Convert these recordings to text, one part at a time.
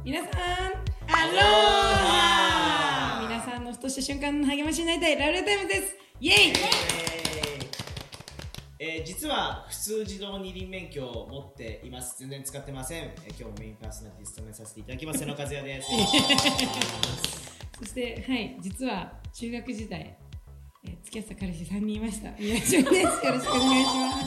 皆さんアロハ。皆さんのふとした瞬間の励ましになりたいラブレタイムです。イエイ。 実は普通自動二輪免許を持っています。全然使ってません。今日もメインパーソナリティ務めさせていただきます瀬野和也です。 そしてはい、実は中学時代、付き合った彼氏3人いました宮地です。よろしくお願いします。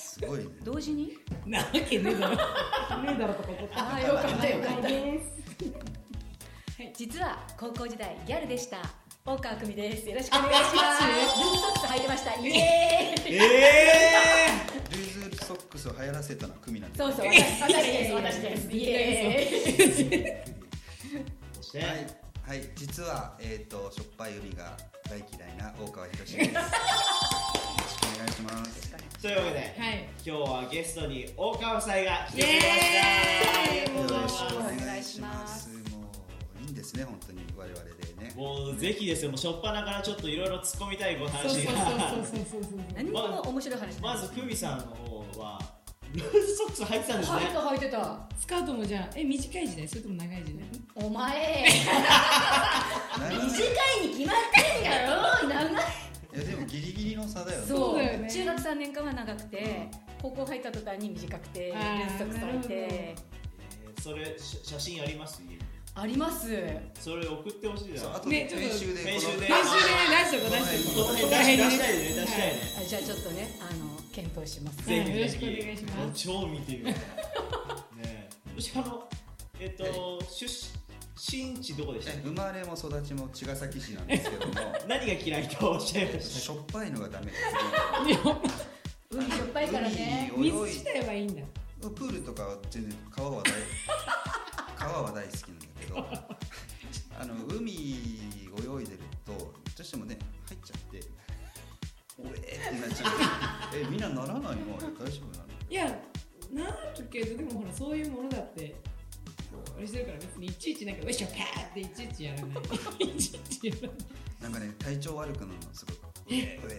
すごいね。 同時になわけねえだろねえだろとか言ってああよかったよかったです。 実は高校時代ギャルでした大川久美です。よろしくお願いします。ルーズソックス履いてました。イエーイ。 ルーズソックスを流行らせたのは久美なんです。 そうそう、私です。イエーイ。 そしてはい、実はしょっぱい海が大嫌いな大川博です。よろしくお願いします。 というわけで、 はい、 今日はゲストに大川夫妻が来てくれました。ありがとうございます。 お願いします。 もういいんですね、本当に我々でね。 もうぜひですよ、もうしょっぱなからちょっといろいろ突っ込みたいご話が。 何も面白い話。 まず久美さんの方はルーズソックス履いてたんですね。 履いてた。 スカートもじゃあ短い時代それとも長い時代？ お前短いに決まってんだろ。長い。 いやでもギリギリの差だよね。 そうだよね。 中学3年間は長くて、高校入った途端に短くてルーズソックス履いて。 それ写真あります？ あります。 それ送ってほしいな。 あと編集で出しとこ出したいね。 じゃあちょっとね検討します。 よろしくお願いします。 超見てる。ねえ。出身地どこでした？ 生まれも育ちも茅ヶ崎市なんですけども。 何が嫌いとおっしゃいました？ しょっぱいのがダメです海しょっぱいからね。 水自体はいいんだ。 プールとかは全然川は大好きなんだけど海泳いでるとどうしてもね入っちゃっておえってなっちゃう。みんなならないの？大丈夫なの？ いやなるけどでもほらそういうものだってあれしてるから別にいちいちなんかよいしょパーっていちいちやらないいちいちやらない。 なんかね体調悪くなるのすごくってなって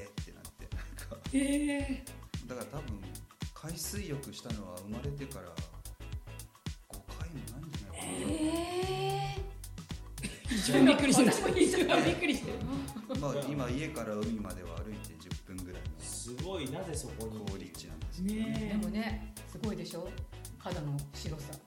だから多分海水浴したのは生まれてから5回もないんじゃないかな。 一番びっくりしてる。一番びっくりしてる。 まあ今家から海までは歩いて10分ぐらいのすごい。なぜそこに好立地なんですけどね。 でもねすごいでしょ肌の白さ。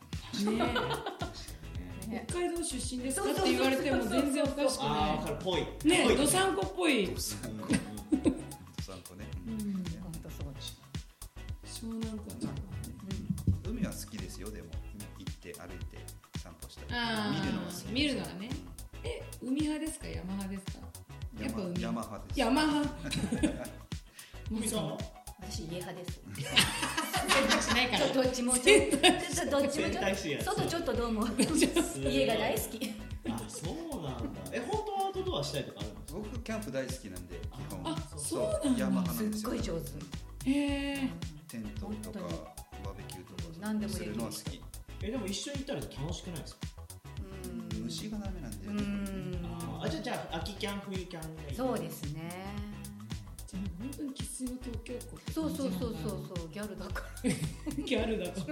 ね。北海道出身ですかって言われても全然おかしくない。 ああ分かるぽい。 ねどさんこっぽい。 どさんこね。 本当そうです。 湘南とか。 海は好きですよ。でも行って歩いて散歩したり見るのが好き。 見るのはね。海派ですか山派ですか？ やっぱ海山派です。 山派。 海さんは？ 私家派です。 選択肢ないから。 どっちも外ちょっとどうも家が大好き。 あ、そうなんだ。本当はアウトドアしたいとかあるんですか？ 僕キャンプ大好きなんで基本。 あ、そうなんだ。 山派なんですよ。 すっごい上手。 テントとかバーベキューとか何でもできるするのは好き。 でも一緒に行ったら楽しくないですか？ 虫がダメなんで。 じゃあ秋キャン冬キャンがいい。 そうですね。 じゃあ本当に生粋の東京っ子。 そうギャルだから。 ギャルだと。 そう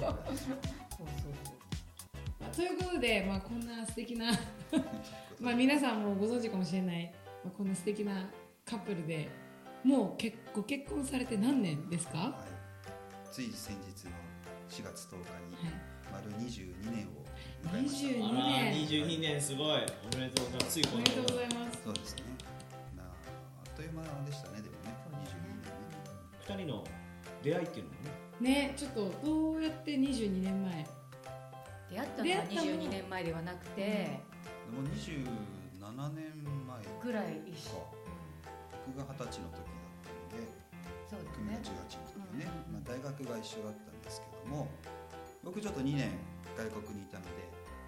ということでこんな素敵な皆さんもご存知かもしれないこんな素敵なカップルでもうご結婚されて何年ですか？ はい、つい先日の4月10日に丸22年を迎えました。 22年すごい。おめでとうございます。 おめでとうございます。 そうですね。あっという間でしたね。でもね 22年ね。2人の出会いっていうのもねちょっとどうやって22年前出会ったのは22年前ではなくてでも27年前ぐらい一緒。 僕が20歳の時だったのでそうです組がね。 18の時ね、大学が一緒だったんですけども僕ちょっと2年外国にいたので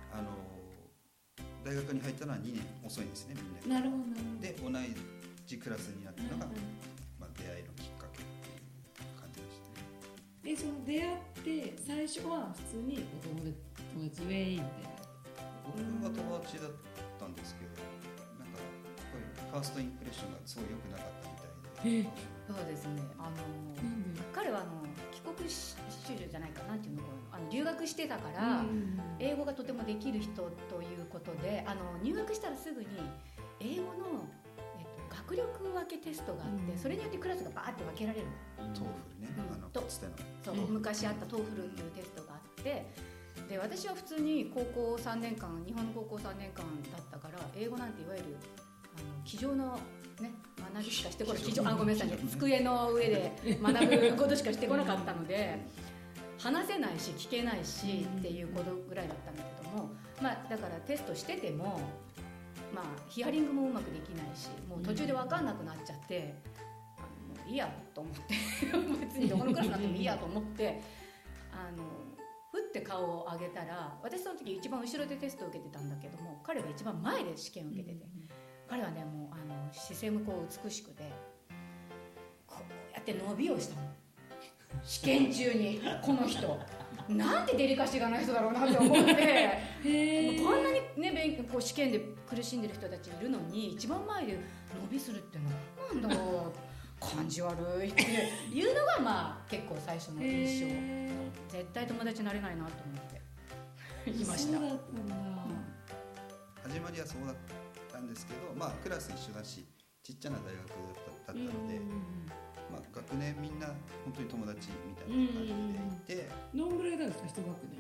大学に入ったのは2年遅いんですねみんな。 なるほどで同じクラスになったのが、出会いのきっかけっていう感じでしたね。 その出会って最初は普通にお友達ウェイみたいな。 僕は友達だったんですけどなんかこういうファーストインプレッションがすごい良くなかったみたいで。 そうですね。 なんで？ 彼は帰国子女じゃないかなんていうの、留学してたから、英語がとてもできる人ということで、入学したらすぐに英語の、学力分けテストがあって、それによってクラスがバーって分けられるの。 トーフルね、かつてのそう昔あったトーフルっていうテストがあって、で私は普通に高校3年間、日本の高校3年間だったから、英語なんていわゆる机上のね学びしかしてこない、ごめんなさいね、机の上で学ぶことしかしてこなかったので話せないし聞けないしっていうことぐらいだったんだけども、だからテストしてても、ヒアリングもうまくできないし、もう途中で分かんなくなっちゃって、もういいやと思って別にどこのクラスになってもいいやと思ってふって顔を上げたら、私その時一番後ろでテストを受けてたんだけども、彼は一番前で試験を受けてて、彼はねもう姿勢もこう美しくて、こうやって伸びをしたの試験中に。この人なんてデリカシーがない人だろうなって思ってこんなにねこう試験で苦しんでる人たちいるのに、一番前で伸びするっていうのはなんだろう感じ悪いっていうのが結構最初の印象。絶対友達になれないなと思っていました。 そうだったんだ。 始まりはそうだったんですけど、クラス一緒だしちっちゃな大学だったので、学年みんな本当に友達みたいな感じでいて、 どんぐらいなんですか、一学年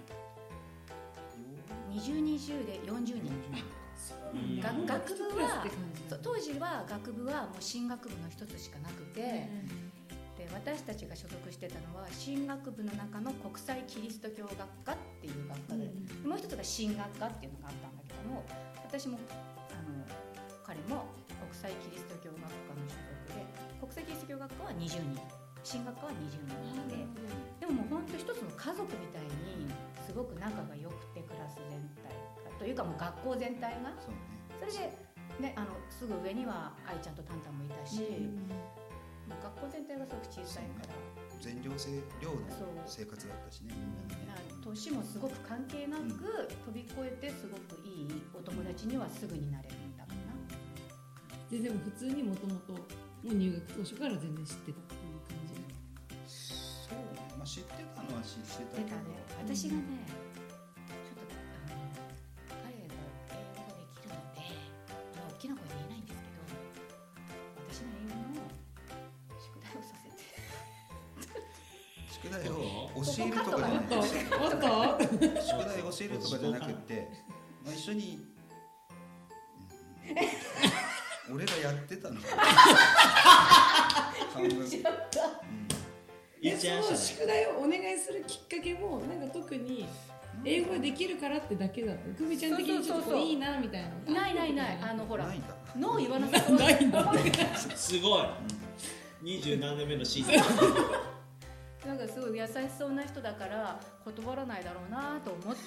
20で40人。学部は当時は学部はもう進学部の一つしかなくて、で私たちが所属してたのは進学部の中の国際キリスト教学科っていう学科で、もう一つが神学科っていうのがあったんだけども、私も彼も国際キリスト教学科の所属で、国際キリスト教学科は20人、神学科は20人で、でももう本当一つの家族みたいにすごく仲が良くて、クラス全体がというかもう学校全体が それで、ね、すぐ上には愛ちゃんとタンタンもいたし、もう学校全体がすごく小さいから、 全寮制寮の生活だったしね、 年もすごく関係なく飛び越えて、すごくいいお友達にはすぐになれるんだかな。 でも普通にもともと入学当初から全然知ってたっていう感じ。 そう、知ってたのは知ってたけど、 私がね、ちょっと彼が英語ができるので大きな声で言えないんですけど、私の英語の宿題をさせて宿題を教えるとかじゃない宿題を教えるとかじゃなくて、一緒に俺がやってたのかその宿題をお願いするきっかけも特に英語ができるからってだけだった。久美ちゃん的にちょっといいなみたいな。 ないほらノー言わなさそうないんだすごい20何年目のシーズンすごい優しそうな人だから断らないだろうなと思って、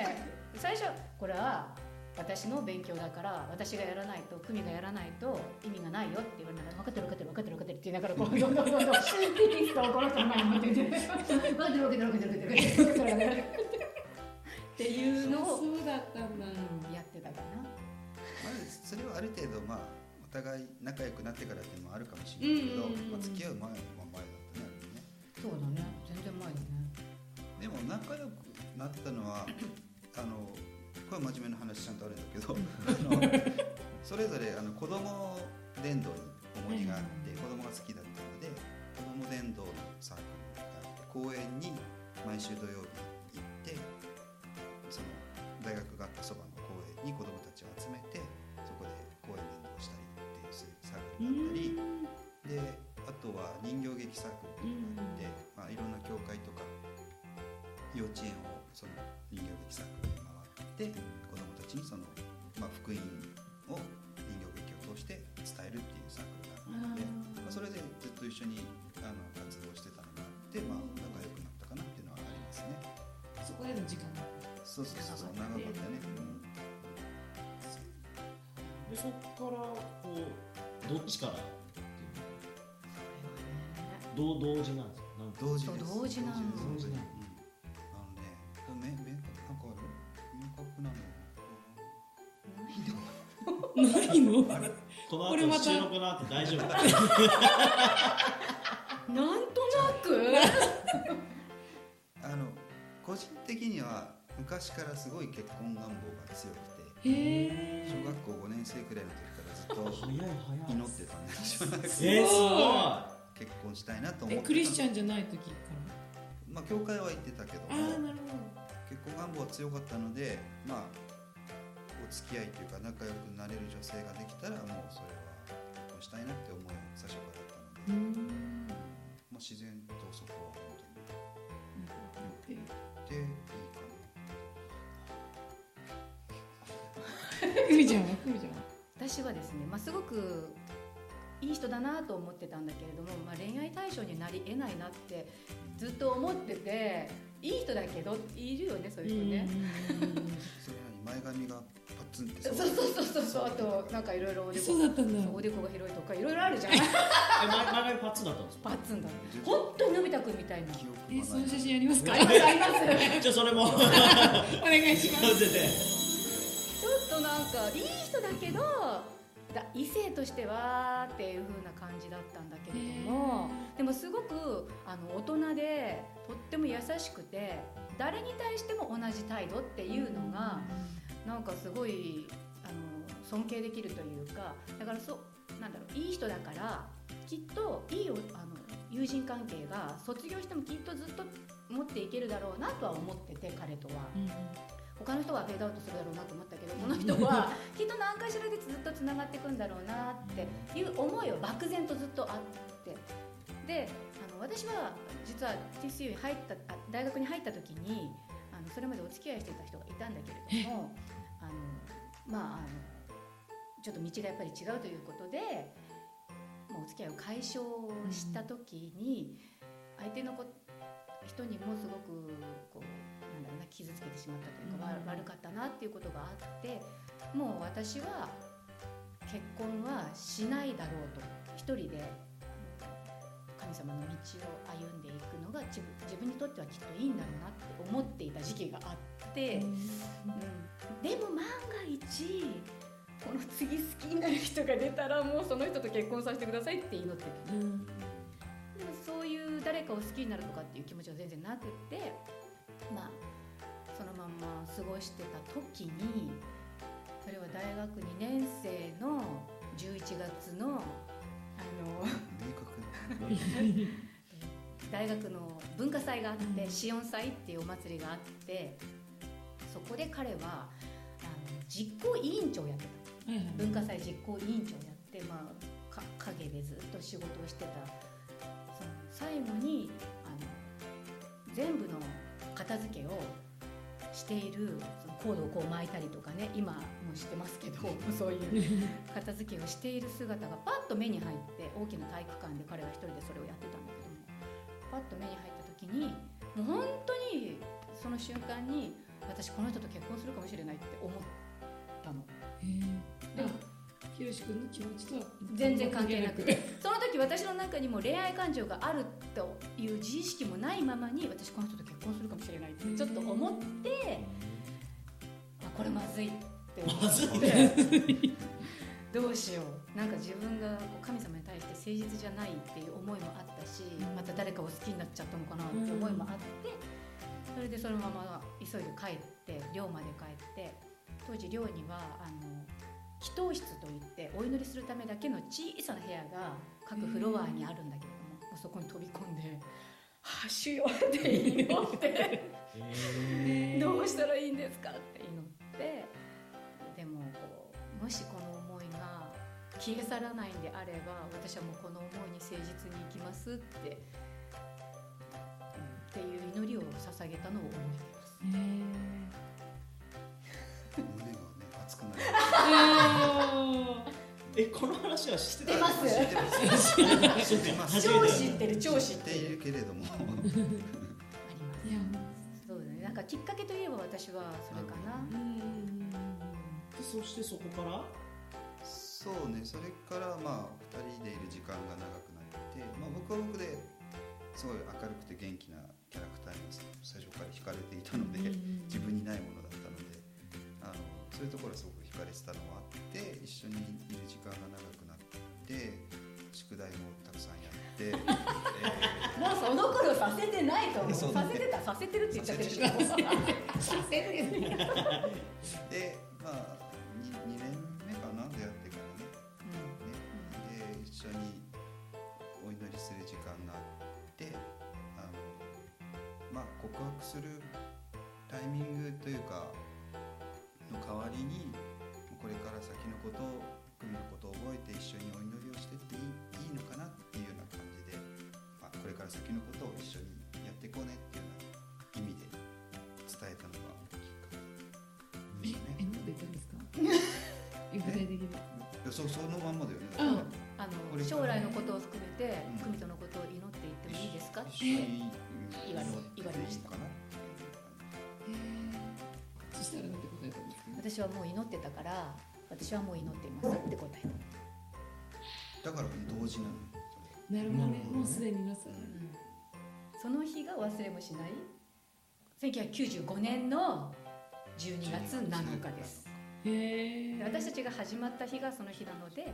最初これは私の勉強だから私がやらないと、久美がやらないと意味がないよって言われながら、分かってるって言いながら、こうどんどんテキストをこの人の前に持ってて、分かってるっていうのをそうだったんだ、 やってたかな。 それはある程度お互い仲良くなってからっていうのもあるかもしれないけど、付き合う前は前だったね。 そうだね、全然前だね。 でも仲良くなったのはこれは真面目な話ちゃんとあるんだけどそれぞれ子供伝道に思いがあって、子供が好きだったので子供伝道のサークルがあって、公園に毎週土曜日行って、その大学があったそばの公園に子供たちを集めて、そこで公園伝道したりっていうサークルがあったりで、あとは人形劇サークルっていうのがあって、いろんな教会とか幼稚園をその人形劇サークルで回って子どもたちにその、福音を人形劇を通して伝えるっていうサークルがあったので、それでずっと一緒に活動してたのがあって、仲良くなったかなっていうのはありますね。 そこでの時間がそう長かったね。 でそっからどっちから同時なんですか？ 同時です。 同時なんです。 明確なのないの？ この後収録の後大丈夫？ なんとなく個人的には昔からすごい結婚願望が強くて、 へ小学校5年生くらいの時からずっと早い早い。 祈ってたんですよすごいすご結婚したいなと思ってた。 クリスチャンじゃない時かまあ教会は行ってたけどら。ああ、 もなるほど。 結婚願望は強かったので、まあお付き合いというか仲良くなれる女性ができたらもうそれは結婚したいなって思いは最初からだったので、まあ、自然とそこは本当にでいいかふみちゃんは私はですね、すごくいい人だなと思ってたんだけれども、恋愛対象になり得ないなってずっと思ってて、いい人だけどいるよね、そういう人ね。 それなに前髪がパッツンってそうあとなんかいろいろおでこそうだったんだ。 おでこが広いとかいろいろあるじゃん。 前髪パッツンだったんですか？ パッツンだね。本当にのび太くんみたいな。 記憶がないその写真ありますか？ あります。 じゃあそれもお願いします。 出て。 ちょっとなんかいい人だけど異性としてはっていう風な感じだったんだけれども、でもすごく大人でとっても優しくて、誰に対しても同じ態度っていうのがなんかすごい尊敬できるというか、だからなんだろう、いい人だからきっといい友人関係が卒業してもきっとずっと持っていけるだろうなとは思ってて、彼とは。他の人はフェードアウトするだろうなと思ったけど、この人はきっと何かしらでずっとつながっていくんだろうなっていう思いは漠然とずっとあって、で私は実は TCU に大学に入った時にそれまでお付き合いしていた人がいたんだけれども、ちょっと道がやっぱり違うということで、お付き合いを解消した時に、相手の人にもすごくなんだろうな、傷つけてしまったというか、悪かったなっていうことがあって、もう私は結婚はしないだろうと、一人で神様の道を歩んでいくのが自分にとってはきっといいんだろうなって思っていた時期があって、でも万が一この次好きになる人が出たらもうその人と結婚させてくださいって祈ってる、でもそういう誰かを好きになるとかっていう気持ちは全然なくて、そのまんま過ごしてた時に、それは大学2年生の11月の大学の文化祭があって、紫音祭っていうお祭りがあって、そこで彼は実行委員長をやってた、文化祭実行委員長をやって、陰でずっと仕事をしてた。その最後に全部の片付けをしている、そのコードを巻いたりとかね、今もしてますけどそういう片付けをしている姿がパッと目に入って、大きな体育館で彼は一人でそれをやってたんだけども、パッと目に入った時に、もう本当にその瞬間に、私この人と結婚するかもしれないって思ったの。でもひろし君の気持ちとは全然関係なくて、その時私の中にも恋愛感情があるという自意識もないままに、私この人と結婚するかもしれないってちょっと思って、これまずいって思ってどうしよう、なんか自分が神様に対して誠実じゃないっていう思いもあったし、また誰かを好きになっちゃったのかなって思いもあって、それでそのまま急いで帰って寮まで帰って、当時寮には祈祷室といってお祈りするためだけの小さな部屋が各フロアにあるんだけれども、そこに飛び込んで「主よ」って祈ってどうしたらいいんですかって祈って、でももしこの思いが消え去らないんであれば、私はもうこの思いに誠実に生きますっていう祈りを捧げたのを覚えています。 胸がね熱くなる。 この話は知ってた？ ます。 知ってます。 超知ってるけれども。 あります。そうだね。なんかきっかけといえば私はそれかな。 そしてそこから？ そうね。それから2人でいる時間が長くなって、僕は僕ですごい明るくて元気なキャラクターに最初から惹かれていたので、自分にないものだったので、そういうところはすごく惹かれてたのもあって、一緒にいる時間が長くなって、宿題もたくさんやって、 もうその頃ささせてないと思う。 そうさせてた、させてるって言っちゃってるけど。 させてるでまあ 2年目かな出会ってからね、で一緒にお祈りする時間があって、まあ告白するタイミングというかの代わりに、これから先のことを組のことを覚えて一緒にお祈りをしてっていいのかなっていうような感じで、まあ、これから先のことを一緒にやっていこうねっていうような意味で伝えたのがきっかけですね。 なんで言ったんですか具体的に。 そのまんまだよね。 将来のことを含めて、 うん組とのことを祈っていってもいいですかって一緒に言われました。 かな。 そしたらなんて答えたんですか。 私はもう祈ってたから、私はもう祈っていますって答えた。 だから同時なの。 なるほどね。もうすでになさる。 その日が忘れもしない1995年の12月7日です。 へえ。 で私たちが始まった日がその日なので、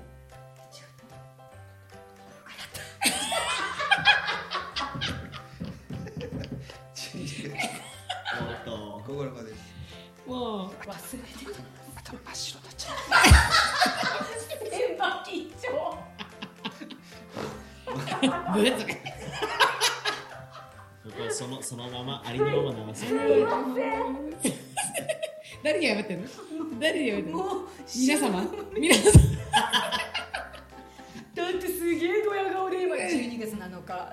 心まです。 もう忘れてた。 頭真っ白になっちゃ千葉緊張。 ブレツ僕はそのままありのまま流す。 誰に謝ってんの？誰に謝ってんの？ もう皆様？皆様？ だってすげえドヤ顔で今12月7日。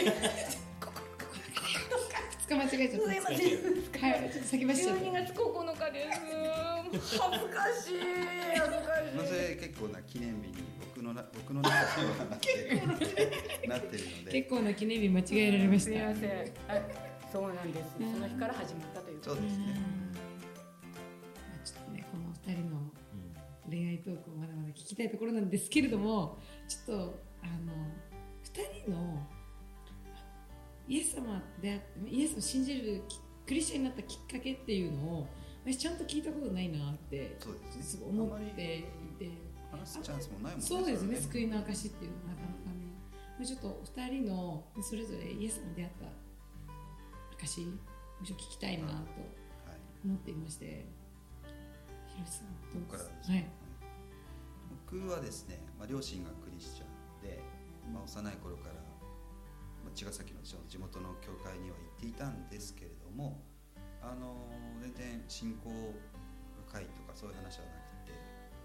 2日間違えちゃった。 すいません。 はい、ちょっと先走っちゃった。 12月9日です。恥ずかしい。恥ずかしそれ結構な記念日に僕の中ではなってるので。 結構な記念日間違えられました。 すいません。はい、そうなんです。その日から始まったということで。 そうですね。 ちょっとね、この2人の恋愛トークをまだまだ聞きたいところなんですけれども、ちょっと2人のイエス様であってイエスを信じるクリスチャンになったきっかけっていうのを私ちゃんと聞いたことないなってそうですね。 すごい思っていて、 話すチャンスもないもんね。 そうですね、 れ救いの証っていうのはなかなかね、ちょっとお二人のそれぞれイエス様に出会った証むしろ聞きたいなとはい。 思っていまして、ひろしさんどう僕からぞ。 ですね。僕はですね、両親がクリスチャンで、幼い頃から茅ヶ崎の地元の教会には行っていたんですけれども、全然信仰会とかそういう話はなくて、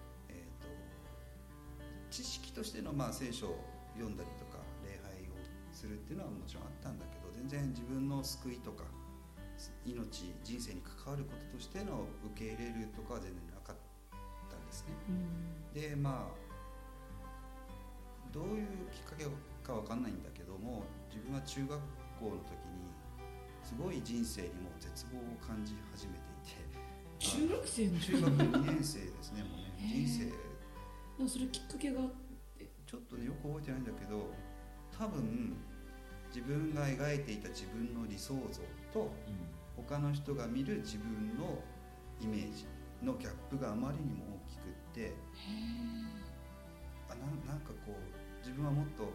知識としての聖書を読んだりとか礼拝をするっていうのはもちろんあったんだけど、全然自分の救いとか命人生に関わることとしての受け入れるとかは全然なかったんですね。でどういうきっかけかわかんないんだけども、自分は中学校の時にすごい人生にもう絶望を感じ始めていて、 中学生の中学2年生ですね。もうね、人生でもそれきっかけがあって、 ちょっとねよく覚えてないんだけど、多分自分が描いていた自分の理想像と他の人が見る自分のイメージのギャップがあまりにも大きくって、なんかこう自分はもっと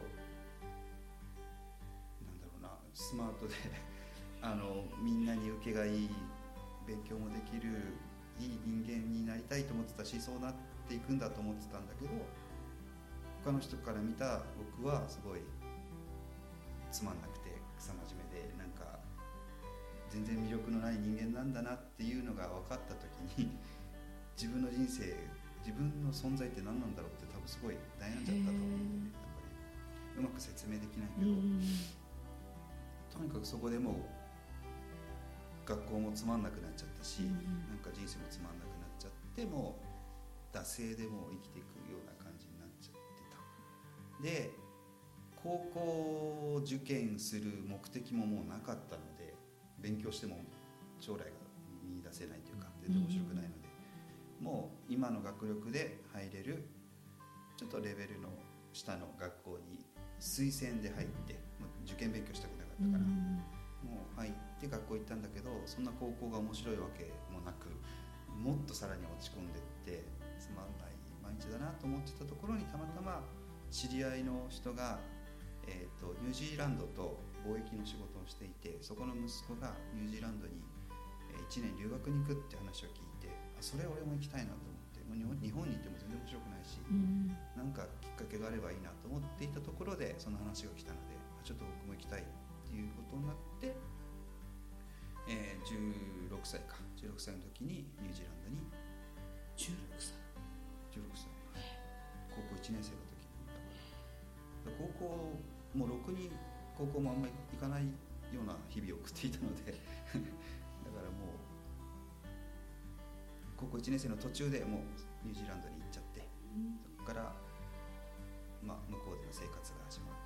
スマートでみんなに受けがいい、勉強もできるいい人間になりたいと思ってたし、そうなっていくんだと思ってたんだけど、他の人から見た僕はすごいつまんなくて草真面目で、なんか全然魅力のない人間なんだなっていうのが分かった時に、自分の人生、自分の存在って何なんだろうって多分すごい悩んじゃったと思うんで、うまく説明できないけど、とにかくそこでもう学校もつまんなくなっちゃったし、なんか人生もつまんなくなっちゃって、もう惰性でもう生きていくような感じになっちゃってた。で高校受験する目的ももうなかったので、勉強しても将来が見出せないというか全然面白くないので、もう今の学力で入れるちょっとレベルの下の学校に推薦で入って、受験勉強したくなかったから、もう入って学校行ったんだけど、そんな高校が面白いわけもなく、もっとさらに落ち込んでってつまんない毎日だなと思ってたところに、たまたま知り合いの人が、ニュージーランドと貿易の仕事をしていて、そこの息子がニュージーランドに1年留学に行くって話を聞いて、それ俺も行きたいなと思って、もう日本にいても全然面白くないし、なんかきっかけがあればいいなと思っていたところでその話が来たので、ちょっと僕も行きたいっていうことになって、16歳の時にニュージーランドに 16歳高校1年生の時にだから高校もうろくに高校もあんまり行かないような日々を送っていたのでだからもう高校1年生の途中でもうニュージーランドに行っちゃって、そこから、向こうでの生活が始まって、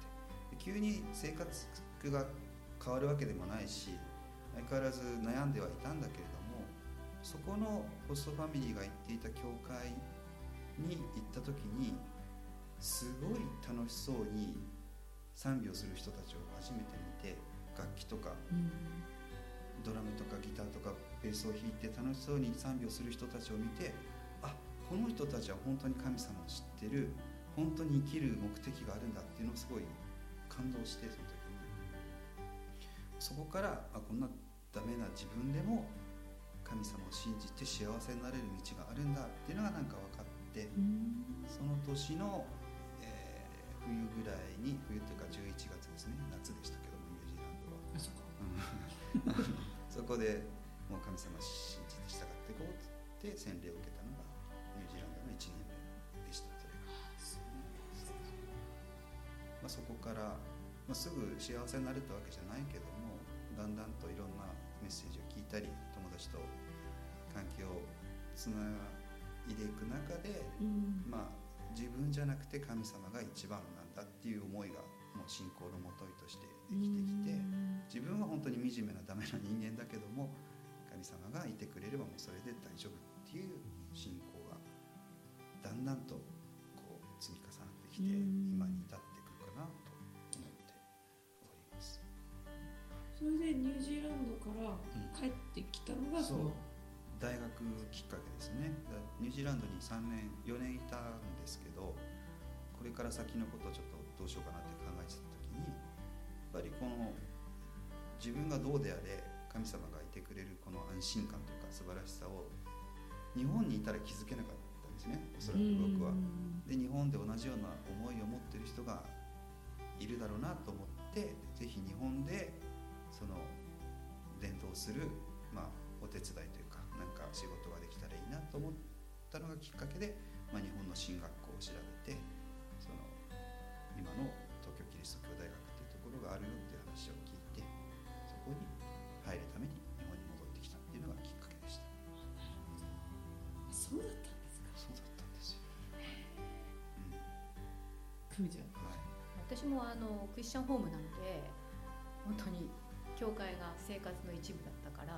急に生活が変わるわけでもないし、相変わらず悩んではいたんだけれども、そこのホストファミリーが行っていた教会に行った時にすごい楽しそうに賛美をする人たちを初めて見て、楽器とか、ドラムとかギターとかベースを弾いて楽しそうに賛美をする人たちを見て、この人たちは本当に神様を知ってる、本当に生きる目的があるんだっていうのをすごい感動して、その時にそこからこんなダメな自分でも神様を信じて幸せになれる道があるんだっていうのがなんか分かって、その年の、冬ぐらいに、冬っていうか11月ですね、夏でしたけどもニュージーランドはそこでもう神様を信じて従っていこうって洗礼を受けたのがニュージーランドの1年目でした。それがそこから、すぐ幸せになるってわけじゃないけども、だんだんといろんなメッセージを聞いたり、友達と関係をつないでいく中で、自分じゃなくて神様が一番なんだっていう思いがもう信仰のもといとしてできてきて、自分は本当に惨めなダメな人間だけども、神様がいてくれればもうそれで大丈夫っていう信仰がだんだんとこう積み重なってきて、今に至ってくるかなと思っております。 それでニュージーランドから帰ってきたのがそう大学きっかけですね。ニュージーランドに3年4年いたんですけど、これから先のことをちょっとどうしようかなって考えてた時に、やっぱりこの自分がどうであれ神様がいてくれるこの安心感というか素晴らしさを日本にいたら気づけなかったんですね、おそらく僕は。で日本で同じような思いを持ってる人がいるだろうなと思って、ぜひ日本でその伝道する、お手伝いというかなんか仕事ができたらいいなと思ったのがきっかけで、日本の進学校を調べて、その今の東京キリスト教大学っていうところがあるよっていう話を聞いて、そこに入るために日本に戻ってきたっていうのがきっかけでした。 そうだったんですか。 そうだったんですよ。 久美ちゃん。 私もクリスチャンホームなので、本当に教会が生活の一部だったから、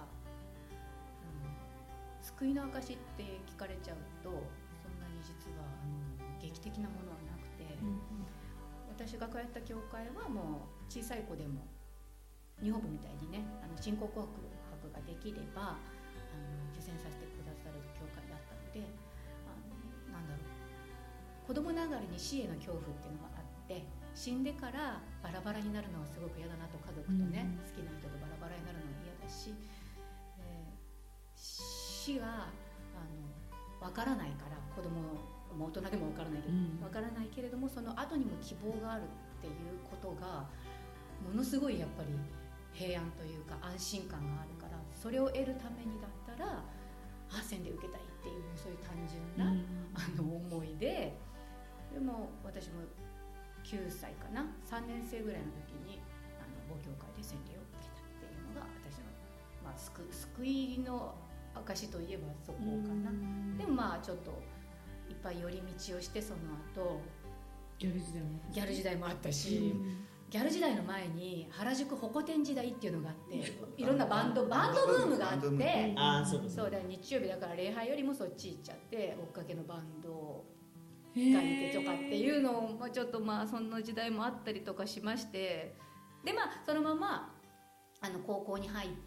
救いの証って聞かれちゃうとそんなに実は劇的なものはなくて、私が通った教会はもう小さい子でも日本部みたいにね、信仰告白ができれば受洗させてくださる教会だったので、子供ながらに死への恐怖っていうのがあって、死んでからバラバラになるのはすごく嫌だなと、家族とね、好きな人とバラバラになるのは嫌だし、死が分からないから、子供も大人でも分からないけど、分からないけれども、その後にも希望があるっていうことがものすごいやっぱり平安というか安心感があるから、それを得るためにだったら洗礼受けたいっていう、そういう単純な、思いで、でも私も9歳かな、3年生ぐらいの時に母教会で洗礼を受けたっていうのが私の、救いの証といえばそこかな。でもちょっといっぱい寄り道をして、その後ギャル時代もあったし、ギャル時代の前に原宿ホコ天時代っていうのがあって、いろんなバンドブームがあって、そうだ、日曜日だから礼拝よりもそっち行っちゃって、追っかけのバンドがいてとかっていうのをちょっとそんな時代もあったりとかしまして、でそのまま高校に入って、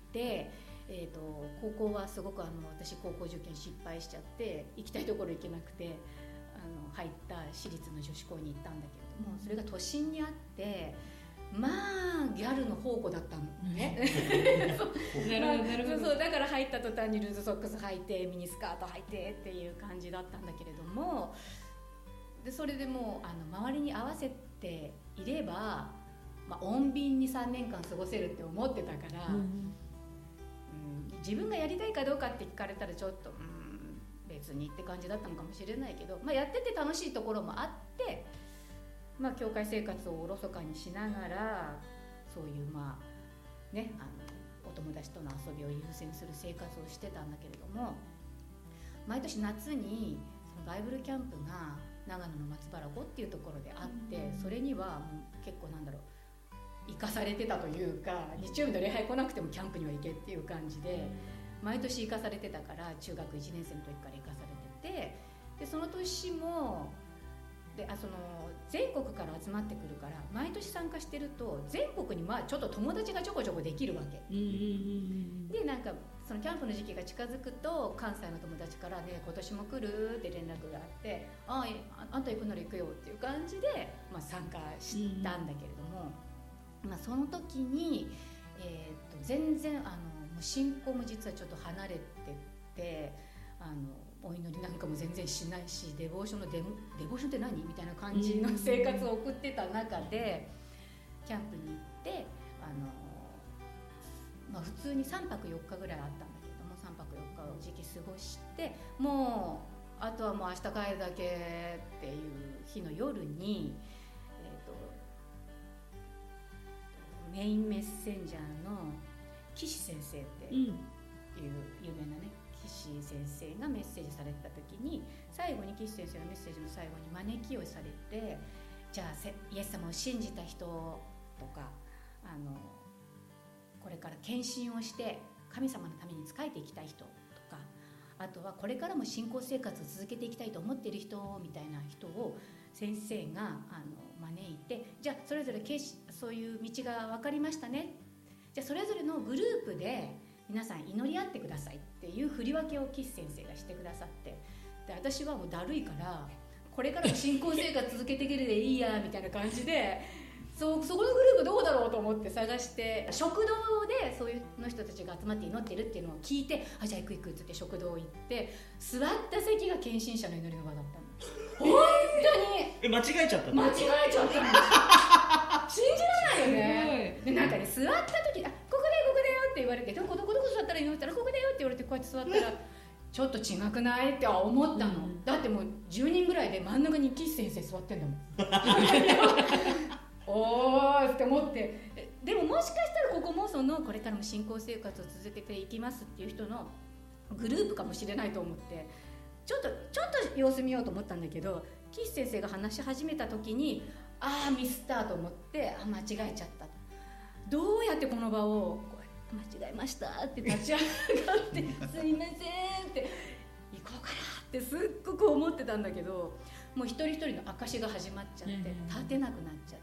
高校はすごく私高校受験失敗しちゃって、行きたいところ行けなくて入った私立の女子校に行ったんだけれども、それが都心にあって、 まあギャルの宝庫だったのね。 なるほどなるほど。 そうだから入った途端にルーズソックス履いてミニスカート履いてっていう感じだったんだけれども、でそれでもう周りに合わせていれば、穏便に3年間過ごせるって思ってたから、自分がやりたいかどうかって聞かれたらちょっと別にって感じだったのかもしれないけど、やってて楽しいところもあって、教会生活をおろそかにしながらそういうお友達との遊びを優先する生活をしてたんだけれども、毎年夏にそのバイブルキャンプが長野の松原湖っていうところであって、それにはもう結構生かされてたというか、日曜日の礼拝来なくてもキャンプには行けっていう感じで毎年行かされてたから、中学1年生の時から行かされてて、でその年もでその全国から集まってくるから、毎年参加してると全国にちょっと友達がちょこちょこできるわけ、でそのキャンプの時期が近づくと関西の友達からね、今年も来るって連絡があって、あんた行くなら行くよっていう感じで、参加したんだけれども、その時に、全然信仰も実はちょっと離れてて、お祈りなんかも全然しないし、デボーションって何みたいな感じの生活を送ってた中で、キャンプに行って普通に3泊4日ぐらいあったんだけども、3泊4日を時期過ごして、もうあとはもう明日帰るだけっていう日の夜に、メインメッセンジャーの岸先生っていう有名なね、岸先生がメッセージされた時に、最後に岸先生のメッセージの最後に招きをされて、じゃあイエス様を信じた人とか、これから献身をして神様のために仕えていきたい人とか、あとはこれからも信仰生活を続けていきたいと思っている人みたいな人を先生が招いて、じゃあそれぞれそういう道が分かりましたね、じゃあそれぞれのグループで皆さん祈り合ってくださいっていう振り分けを岸先生がしてくださって、で私はもうだるいからこれからも信仰生活続けていけるでいいやみたいな感じで、そこのグループどうだろうと思って探して、食堂でそういうの人たちが集まって祈ってるっていうのを聞いて、じゃあ行くって言って食堂行って、座った席が献身者の祈りの場だったの。本当に間違えちゃったの？ 間違えちゃったの。信じられないよね。で座った時、ここだよって言われて、どこ座ったらいいのって言ったら、ここだよって言われて、こうやって座ったらちょっと違くないって思ったの、だってもう10人ぐらいで真ん中に岸先生座ってんだもん。おーって思って、でももしかしたらここもこれからも信仰生活を続けていきますっていう人のグループかもしれないと思って、ちょっと様子見ようと思ったんだけど、岸先生が話し始めた時にミスったと思って、間違えちゃったと、どうやってこの場を間違えましたって立ち上がってすいませんって行こうかなってすっごく思ってたんだけど、もう一人一人の証が始まっちゃって立てなくなっちゃって、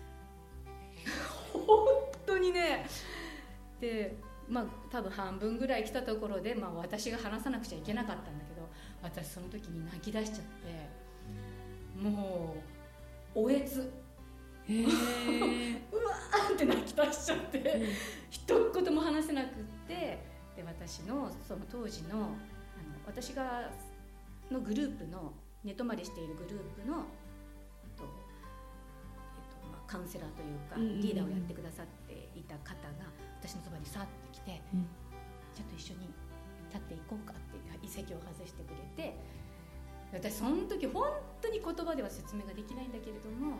本当にね、で多分半分ぐらい来たところで、私が話さなくちゃいけなかったんだけど、私その時に泣き出しちゃって、もうおえつうわーって泣き出しちゃって、一言も話せなくって、で私のその当時の私がのグループの寝泊まりしているグループのカウンセラーというかリーダーをやってくださっていた方が私のそばにさって来て、ちょっと一緒に立っていこうかって席を外してくれて、私その時本当に言葉では説明ができないんだけれども、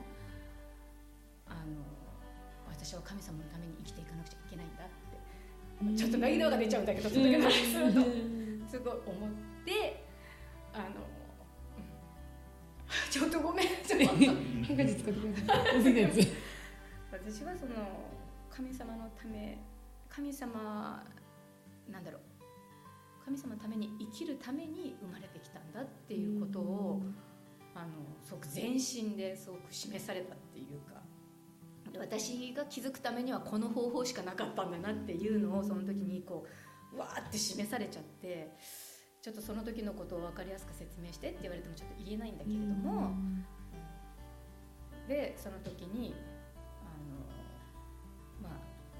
私は神様のために生きていかなくちゃいけないんだって、ちょっと涙が出ちゃうんだけど、その時の話するとすごい思って、ちょっとごめん、ちょっとハンカチ使ってください。 私はその神様のため、神様のために生きるために生まれてきたんだっていうことをすごく全身ですごく示されたっていうか、私が気づくためにはこの方法しかなかったんだなっていうのをその時にわーって示されちゃって、ちょっとその時のことを分かりやすく説明してって言われてもちょっと言えないんだけれども、でその時に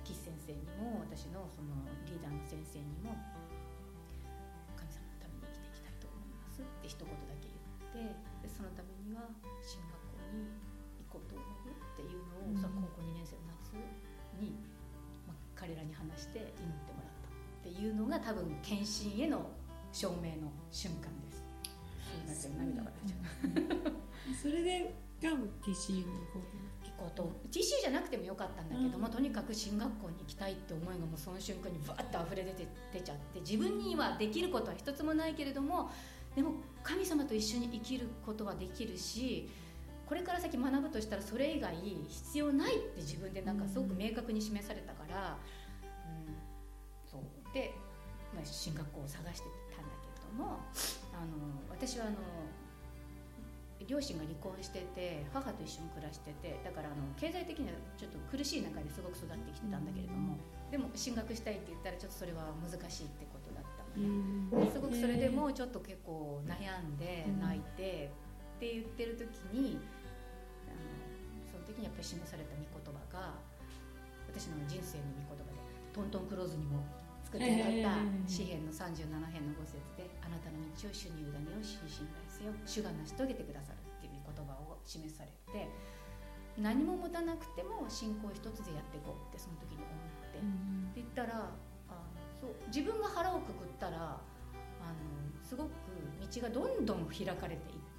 岸先生にも私のそのリーダーの先生にも神様のために生きていきたいと思いますって一言だけ言って、でそのためには進学校に行こうと思うっていうのを、その高校2年生の夏に、彼らに話して祈ってもらったっていうのが多分献身への証明の瞬間です。すいません、涙が出ちゃう。 それでが TCU に行こうと思って。 TCU じゃなくてもよかったんだけども、とにかく進学校に行きたいって思いがもうその瞬間にバーッと溢れ出ちゃって、自分にはできることは一つもないけれども、でも神様と一緒に生きることはできるし、これから先学ぶとしたらそれ以外必要ないって自分でなんかすごく明確に示されたから、そうで、進学校を探してたんだけれども、私は両親が離婚してて母と一緒に暮らしてて、だから経済的にはちょっと苦しい中ですごく育ってきてたんだけれども、でも進学したいって言ったらちょっとそれは難しいってことだったので、すごくそれでもちょっと結構悩んで泣いてって言ってる時に、その時にやっぱり示された御言葉が私の人生の御言葉で、トントンクローズにも作ってもらった詩編の37編の5節で、あなたの道を主に委ねよ、主に信頼せよ、主が成し遂げてくださるっていう言葉を示されて、何も持たなくても信仰一つでやっていこうってその時に思って、言ったらそう自分が腹をくくったらすごく道がどんどん開かれていって、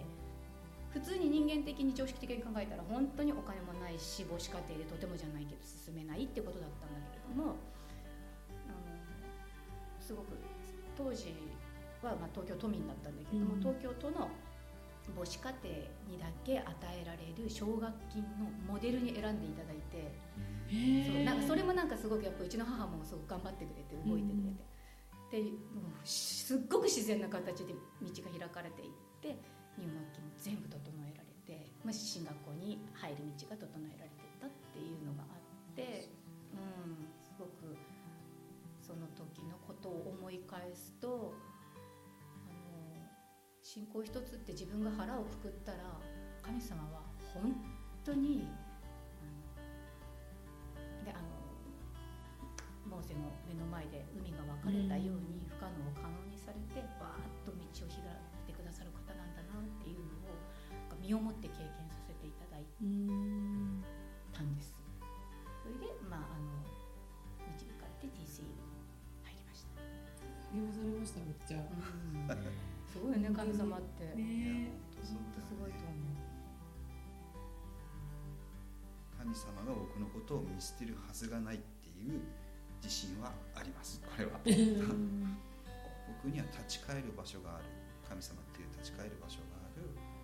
普通に人間的に常識的に考えたら本当にお金もないし母子家庭でとてもじゃないけど進めないってことだったんだけれども、すごく当時は東京都民だったんだけれども、東京都の母子家庭にだけ与えられる奨学金のモデルに選んでいただいて、そうなんかそれもなんかすごくやっぱうちの母もすごく頑張ってくれて動いてくれて、でもうすっごく自然な形で道が開かれていって、入学金も全部整えられて、進学校に入る道が整えられていったっていうのがあって、すごくその時のことを思い返すと、信仰一つって自分が腹をくくったら神様は本当にでモーセの目の前で海が分かれたように不可能を可能にされてバーッと道を開いてくださる方なんだなっていうのを身をもって経験させていただいたんです。それで導かれて TCU に入りました。 励まされました。めっちゃ、 すごいね、神様ってね、 すごいと思う。 神様が僕のことを見捨てるはずがないっていう自信はあります。これは僕には立ち返る場所がある、神様っていう立ち返る場所がある、